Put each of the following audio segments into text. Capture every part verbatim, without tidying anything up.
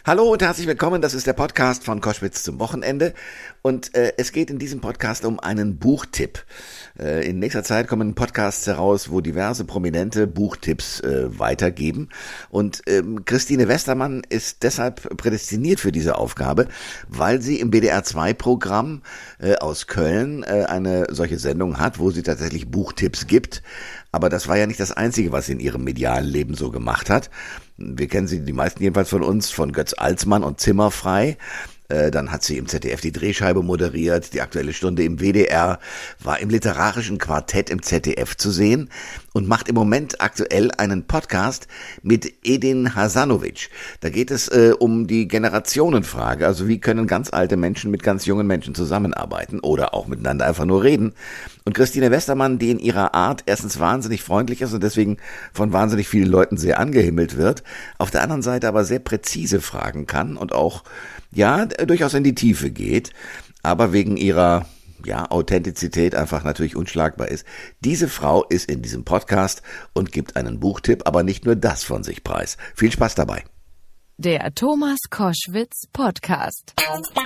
Hallo und herzlich willkommen, das ist der Podcast von Koschwitz zum Wochenende und äh, es geht in diesem Podcast um einen Buchtipp. Äh, in nächster Zeit kommen Podcasts heraus, wo diverse Prominente Buchtipps äh, weitergeben und ähm, Christine Westermann ist deshalb prädestiniert für diese Aufgabe, weil sie im B D R zwei Programm äh, aus Köln äh, eine solche Sendung hat, wo sie tatsächlich Buchtipps gibt. Aber das war ja nicht das Einzige, was sie in ihrem medialen Leben so gemacht hat. Wir kennen sie, die meisten jedenfalls von uns, von Götz Alsmann und Zimmerfrei. Dann hat sie im Z D F die Drehscheibe moderiert, die Aktuelle Stunde im W D R, war im literarischen Quartett im Z D F zu sehen und macht im Moment aktuell einen Podcast mit Edin Hasanovic. Da geht es äh, um die Generationenfrage, also wie können ganz alte Menschen mit ganz jungen Menschen zusammenarbeiten oder auch miteinander einfach nur reden. Und Christine Westermann, die in ihrer Art erstens wahnsinnig freundlich ist und deswegen von wahnsinnig vielen Leuten sehr angehimmelt wird, auf der anderen Seite aber sehr präzise fragen kann und auch ja, durchaus in die Tiefe geht, aber wegen ihrer ja, Authentizität einfach natürlich unschlagbar ist. Diese Frau ist in diesem Podcast und gibt einen Buchtipp, aber nicht nur das von sich preis. Viel Spaß dabei. Der Thomas Koschwitz Podcast.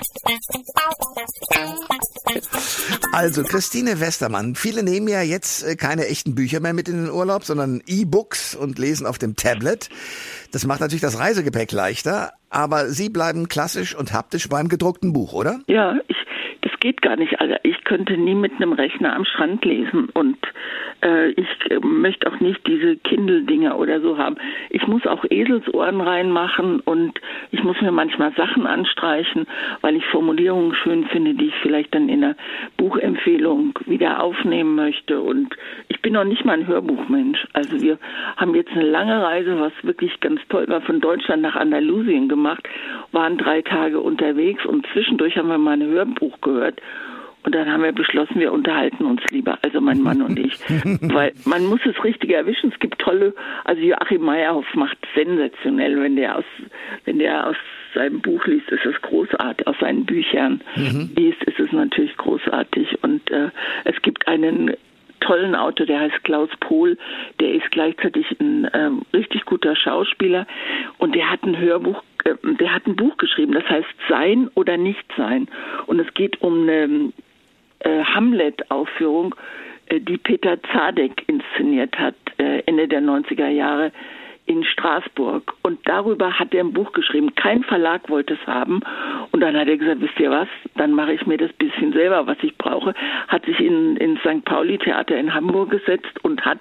Also Christine Westermann, viele nehmen ja jetzt keine echten Bücher mehr mit in den Urlaub, sondern E-Books und lesen auf dem Tablet. Das macht natürlich das Reisegepäck leichter, aber Sie bleiben klassisch und haptisch beim gedruckten Buch, oder? Ja, ich, das geht gar nicht. Also ich könnte nie mit einem Rechner am Strand lesen und äh, ich äh, möchte auch nicht diese Kindle-Dinger oder so haben. Ich muss auch Eselsohren reinmachen und ich muss mir manchmal Sachen anstreichen, weil ich Formulierungen schön finde, die ich vielleicht dann in einer Buchempfehlung wieder aufnehmen möchte. Und ich bin noch nicht mal ein Hörbuchmensch. Also wir haben jetzt eine lange Reise, was wirklich ganz toll war, von Deutschland nach Andalusien gemacht, waren drei Tage unterwegs und zwischendurch haben wir mal ein Hörbuch gehört. Und dann haben wir beschlossen, wir unterhalten uns lieber, also mein Mann und ich. Weil man muss es richtig erwischen. Es gibt tolle, also Joachim Meyerhoff macht sensationell, wenn der aus, wenn der aus seinem Buch liest, ist es großartig. Aus seinen Büchern mhm. liest, ist es natürlich großartig. Und äh, es gibt einen tollen Autor, der heißt Klaus Pohl, der ist gleichzeitig ein ähm, richtig guter Schauspieler und der hat ein Hörbuch, äh, der hat ein Buch geschrieben, das heißt Sein oder Nichtsein. Und es geht um eine äh, Hamlet-Aufführung, äh, die Peter Zadek inszeniert hat, äh, Ende der neunziger Jahre in Straßburg. Und darüber hat er ein Buch geschrieben. Kein Verlag wollte es haben. Und dann hat er gesagt, wisst ihr was, dann mache ich mir das bisschen selber, was ich brauche. Hat sich in, in Sankt Pauli Theater in Hamburg gesetzt und hat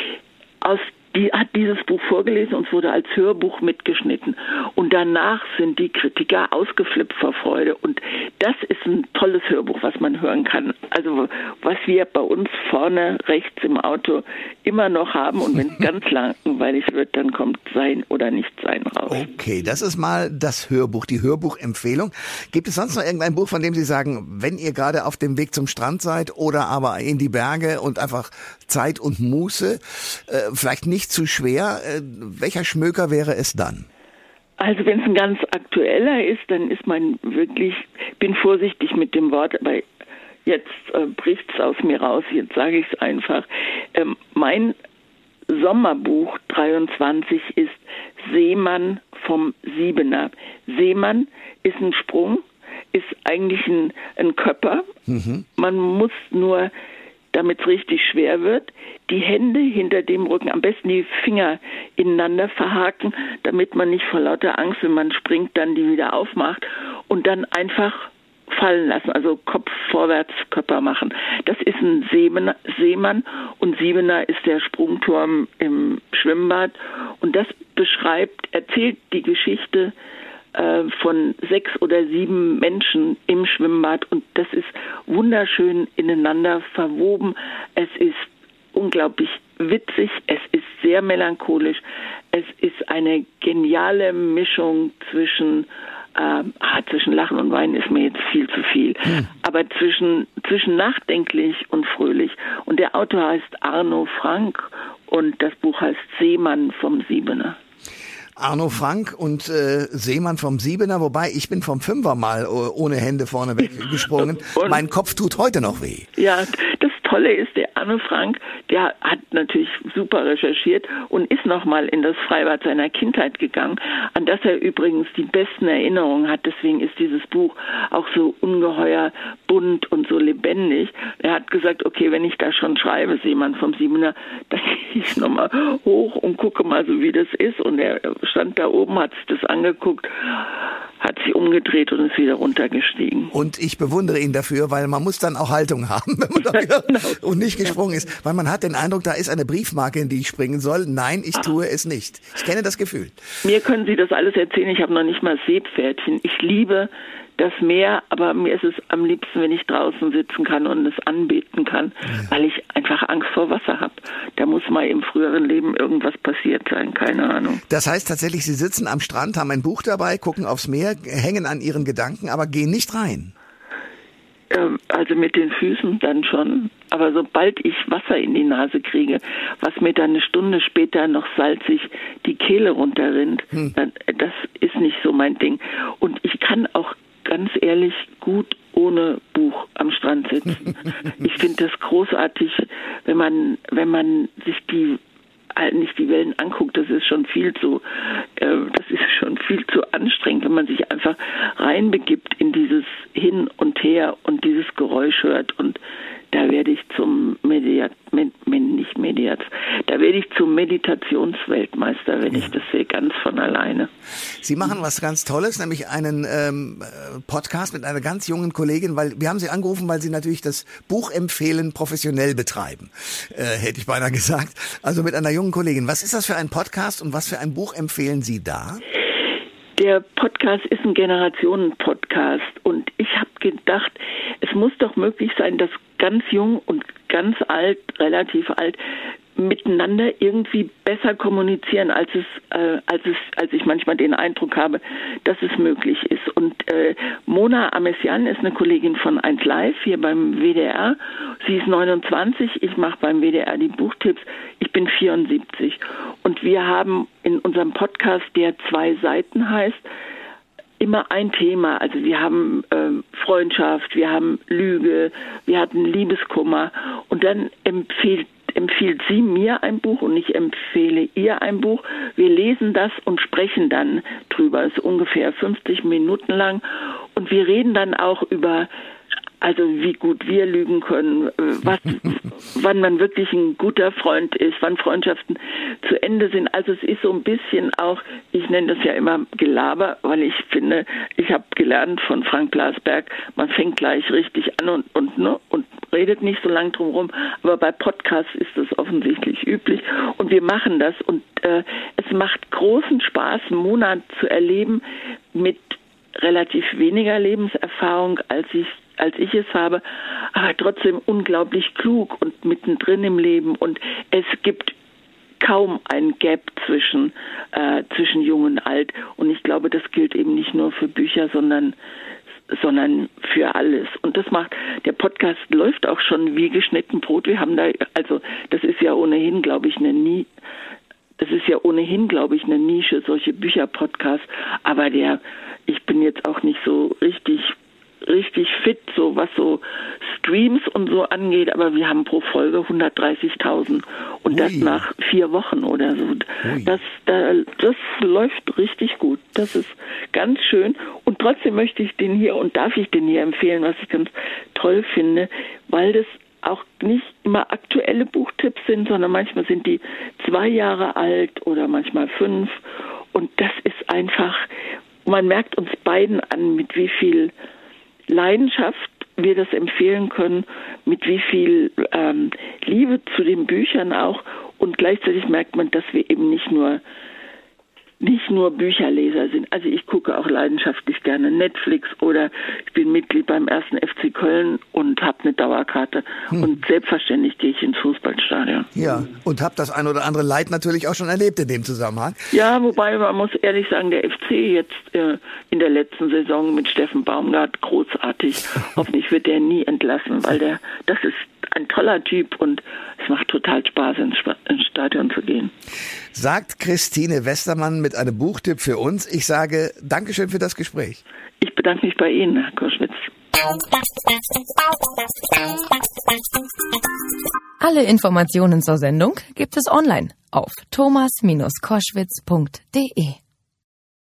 aus die hat dieses Buch vorgelesen und es wurde als Hörbuch mitgeschnitten. Und danach sind die Kritiker ausgeflippt vor Freude. Und das ist ein tolles Hörbuch, was man hören kann. Also was wir bei uns vorne rechts im Auto immer noch haben. Und wenn es ganz langweilig wird, dann kommt Sein oder Nichtsein raus. Okay, das ist mal das Hörbuch, die Hörbuchempfehlung. Gibt es sonst noch irgendein Buch, von dem Sie sagen, wenn ihr gerade auf dem Weg zum Strand seid oder aber in die Berge und einfach Zeit und Muße, äh, vielleicht nicht zu schwer. Äh, welcher Schmöker wäre es dann? Also wenn es ein ganz aktueller ist, dann ist man wirklich, bin vorsichtig mit dem Wort, aber jetzt äh, bricht es aus mir raus, jetzt sage ich es einfach. Ähm, mein Sommerbuch dreiundzwanzig ist Seemann vom Siebener. Seemann ist ein Sprung, ist eigentlich ein, ein Körper. Mhm. Man muss nur, damit es richtig schwer wird, die Hände hinter dem Rücken, am besten die Finger ineinander verhaken, damit man nicht vor lauter Angst, wenn man springt, dann die wieder aufmacht und dann einfach fallen lassen, also Kopf vorwärts, Körper machen. Das ist ein Seemann, Seemann und Siebener ist der Sprungturm im Schwimmbad und das beschreibt, erzählt die Geschichte von sechs oder sieben Menschen im Schwimmbad und das ist wunderschön ineinander verwoben. Es ist unglaublich witzig, es ist sehr melancholisch, es ist eine geniale Mischung zwischen äh, ah, zwischen Lachen und Weinen ist mir jetzt viel zu viel, hm. aber zwischen zwischen nachdenklich und fröhlich. Und der Autor heißt Arno Frank und das Buch heißt Seemann vom Siebener. Arno Frank und äh, Seemann vom Siebener, wobei ich bin vom Fünfer mal ohne Hände vorne weggesprungen. Mein Kopf tut heute noch weh. Ja, das Tolle ist, der Arne Frank, der hat natürlich super recherchiert und ist nochmal in das Freibad seiner Kindheit gegangen, an das er übrigens die besten Erinnerungen hat. Deswegen ist dieses Buch auch so ungeheuer bunt und so lebendig. Er hat gesagt, okay, wenn ich da schon schreibe, Seemann vom Siebener, dann gehe ich nochmal hoch und gucke mal so, wie das ist. Und er stand da oben, hat sich das angeguckt, hat sich umgedreht und ist wieder runtergestiegen. Und ich bewundere ihn dafür, weil man muss dann auch Haltung haben, wenn man da wieder genau. und nicht gesprungen ist. Weil man hat den Eindruck, da ist eine Briefmarke, in die ich springen soll. Nein, ich Ach. tue es nicht. Ich kenne das Gefühl. Mir können Sie das alles erzählen. Ich habe noch nicht mal Seepferdchen. Ich liebe das Meer, aber mir ist es am liebsten, wenn ich draußen sitzen kann und es anbeten kann, ja. weil ich einfach Angst vor Wasser habe. Da muss mal im früheren Leben irgendwas passiert sein, keine Ahnung. Das heißt tatsächlich, Sie sitzen am Strand, haben ein Buch dabei, gucken aufs Meer, hängen an Ihren Gedanken, aber gehen nicht rein. Also mit den Füßen dann schon, aber sobald ich Wasser in die Nase kriege, was mir dann eine Stunde später noch salzig die Kehle runterrinnt, hm. dann, das ist nicht so mein Ding. Und ich kann auch ganz ehrlich gut ohne Buch am Strand sitzen. Ich finde das großartig, wenn man, wenn man sich die nicht die Wellen anguckt, das ist schon viel zu, äh, das ist schon viel zu anstrengend, wenn man sich einfach reinbegibt in dieses Hin und Her und dieses Geräusch hört, und da werde ich zum Mediat, med, nicht Mediat, da werde ich zum Meditationsweltmeister, wenn ja. ich das sehe, ganz von alleine. Sie machen was ganz Tolles, nämlich einen ähm, Podcast mit einer ganz jungen Kollegin, weil wir haben Sie angerufen, weil Sie natürlich das Buchempfehlen professionell betreiben, äh, hätte ich beinahe gesagt. Also mit einer jungen Kollegin. Was ist das für ein Podcast und was für ein Buch empfehlen Sie da? Der Podcast ist ein Generationen-Podcast und ich habe gedacht, es muss doch möglich sein, dass ganz jung und ganz alt, relativ alt, miteinander irgendwie besser kommunizieren, als es, äh, als es, als ich manchmal den Eindruck habe, dass es möglich ist. Und äh, Mona Amessian ist eine Kollegin von eins Live hier beim W D R. Sie ist neunundzwanzig, ich mache beim W D R die Buchtipps. Ich bin vierundsiebzig. Und wir haben in unserem Podcast, der zwei Seiten heißt, immer ein Thema. Also wir haben äh, Freundschaft, wir haben Lüge, wir hatten Liebeskummer, und dann empfiehlt empfiehlt sie mir ein Buch und ich empfehle ihr ein Buch. Wir lesen das und sprechen dann drüber. Es ist ungefähr fünfzig Minuten lang, und wir reden dann auch über, also wie gut wir lügen können, was, wann man wirklich ein guter Freund ist, wann Freundschaften zu Ende sind. Also es ist so ein bisschen auch, ich nenne das ja immer Gelaber, weil ich finde, ich habe gelernt von Frank Blasberg, man fängt gleich richtig an und, und, ne, und redet nicht so lang drum rum, aber bei Podcasts ist das offensichtlich üblich, und wir machen das, und äh, es macht großen Spaß, einen Monat zu erleben mit relativ weniger Lebenserfahrung, als ich als ich es habe, aber trotzdem unglaublich klug und mittendrin im Leben, und es gibt kaum ein Gap zwischen äh, zwischen Jung und Alt, und ich glaube, das gilt eben nicht nur für Bücher, sondern sondern für alles. Und das macht, der Podcast läuft auch schon wie geschnitten Brot. Wir haben da, also das ist ja ohnehin, glaube ich, eine nie Das ist ja ohnehin, glaube ich, eine Nische, solche Bücher-Podcasts, aber der, ich bin jetzt auch nicht so richtig richtig fit, so was so Streams und so angeht, aber wir haben pro Folge hundertdreißigtausend, und Ui. das nach vier Wochen oder so. Ui. Das, da, das läuft richtig gut. Das ist ganz schön, und trotzdem möchte ich den hier und darf ich den hier empfehlen, was ich ganz toll finde, weil das auch nicht immer aktuelle Buchtipps sind, sondern manchmal sind die zwei Jahre alt oder manchmal fünf, und das ist einfach, man merkt uns beiden an, mit wie viel Leidenschaft wir das empfehlen können, mit wie viel ähm, Liebe zu den Büchern auch, und gleichzeitig merkt man, dass wir eben nicht nur nicht nur Bücherleser sind. Also ich gucke auch leidenschaftlich gerne Netflix, oder ich bin Mitglied beim ersten F C Köln und habe eine Dauerkarte. Hm. Und selbstverständlich gehe ich ins Fußballstadion. Ja, und habe das ein oder andere Leid natürlich auch schon erlebt in dem Zusammenhang. Ja, wobei man muss ehrlich sagen, der F C jetzt äh, in der letzten Saison mit Steffen Baumgart großartig. Hoffentlich wird der nie entlassen, weil der, das ist ein toller Typ, und es macht total Spaß, ins Stadion zu gehen. Sagt Christine Westermann mit einem Buchtipp für uns. Ich sage Dankeschön für das Gespräch. Ich bedanke mich bei Ihnen, Herr Koschwitz. Alle Informationen zur Sendung gibt es online auf thomas Bindestrich koschwitz punkt de.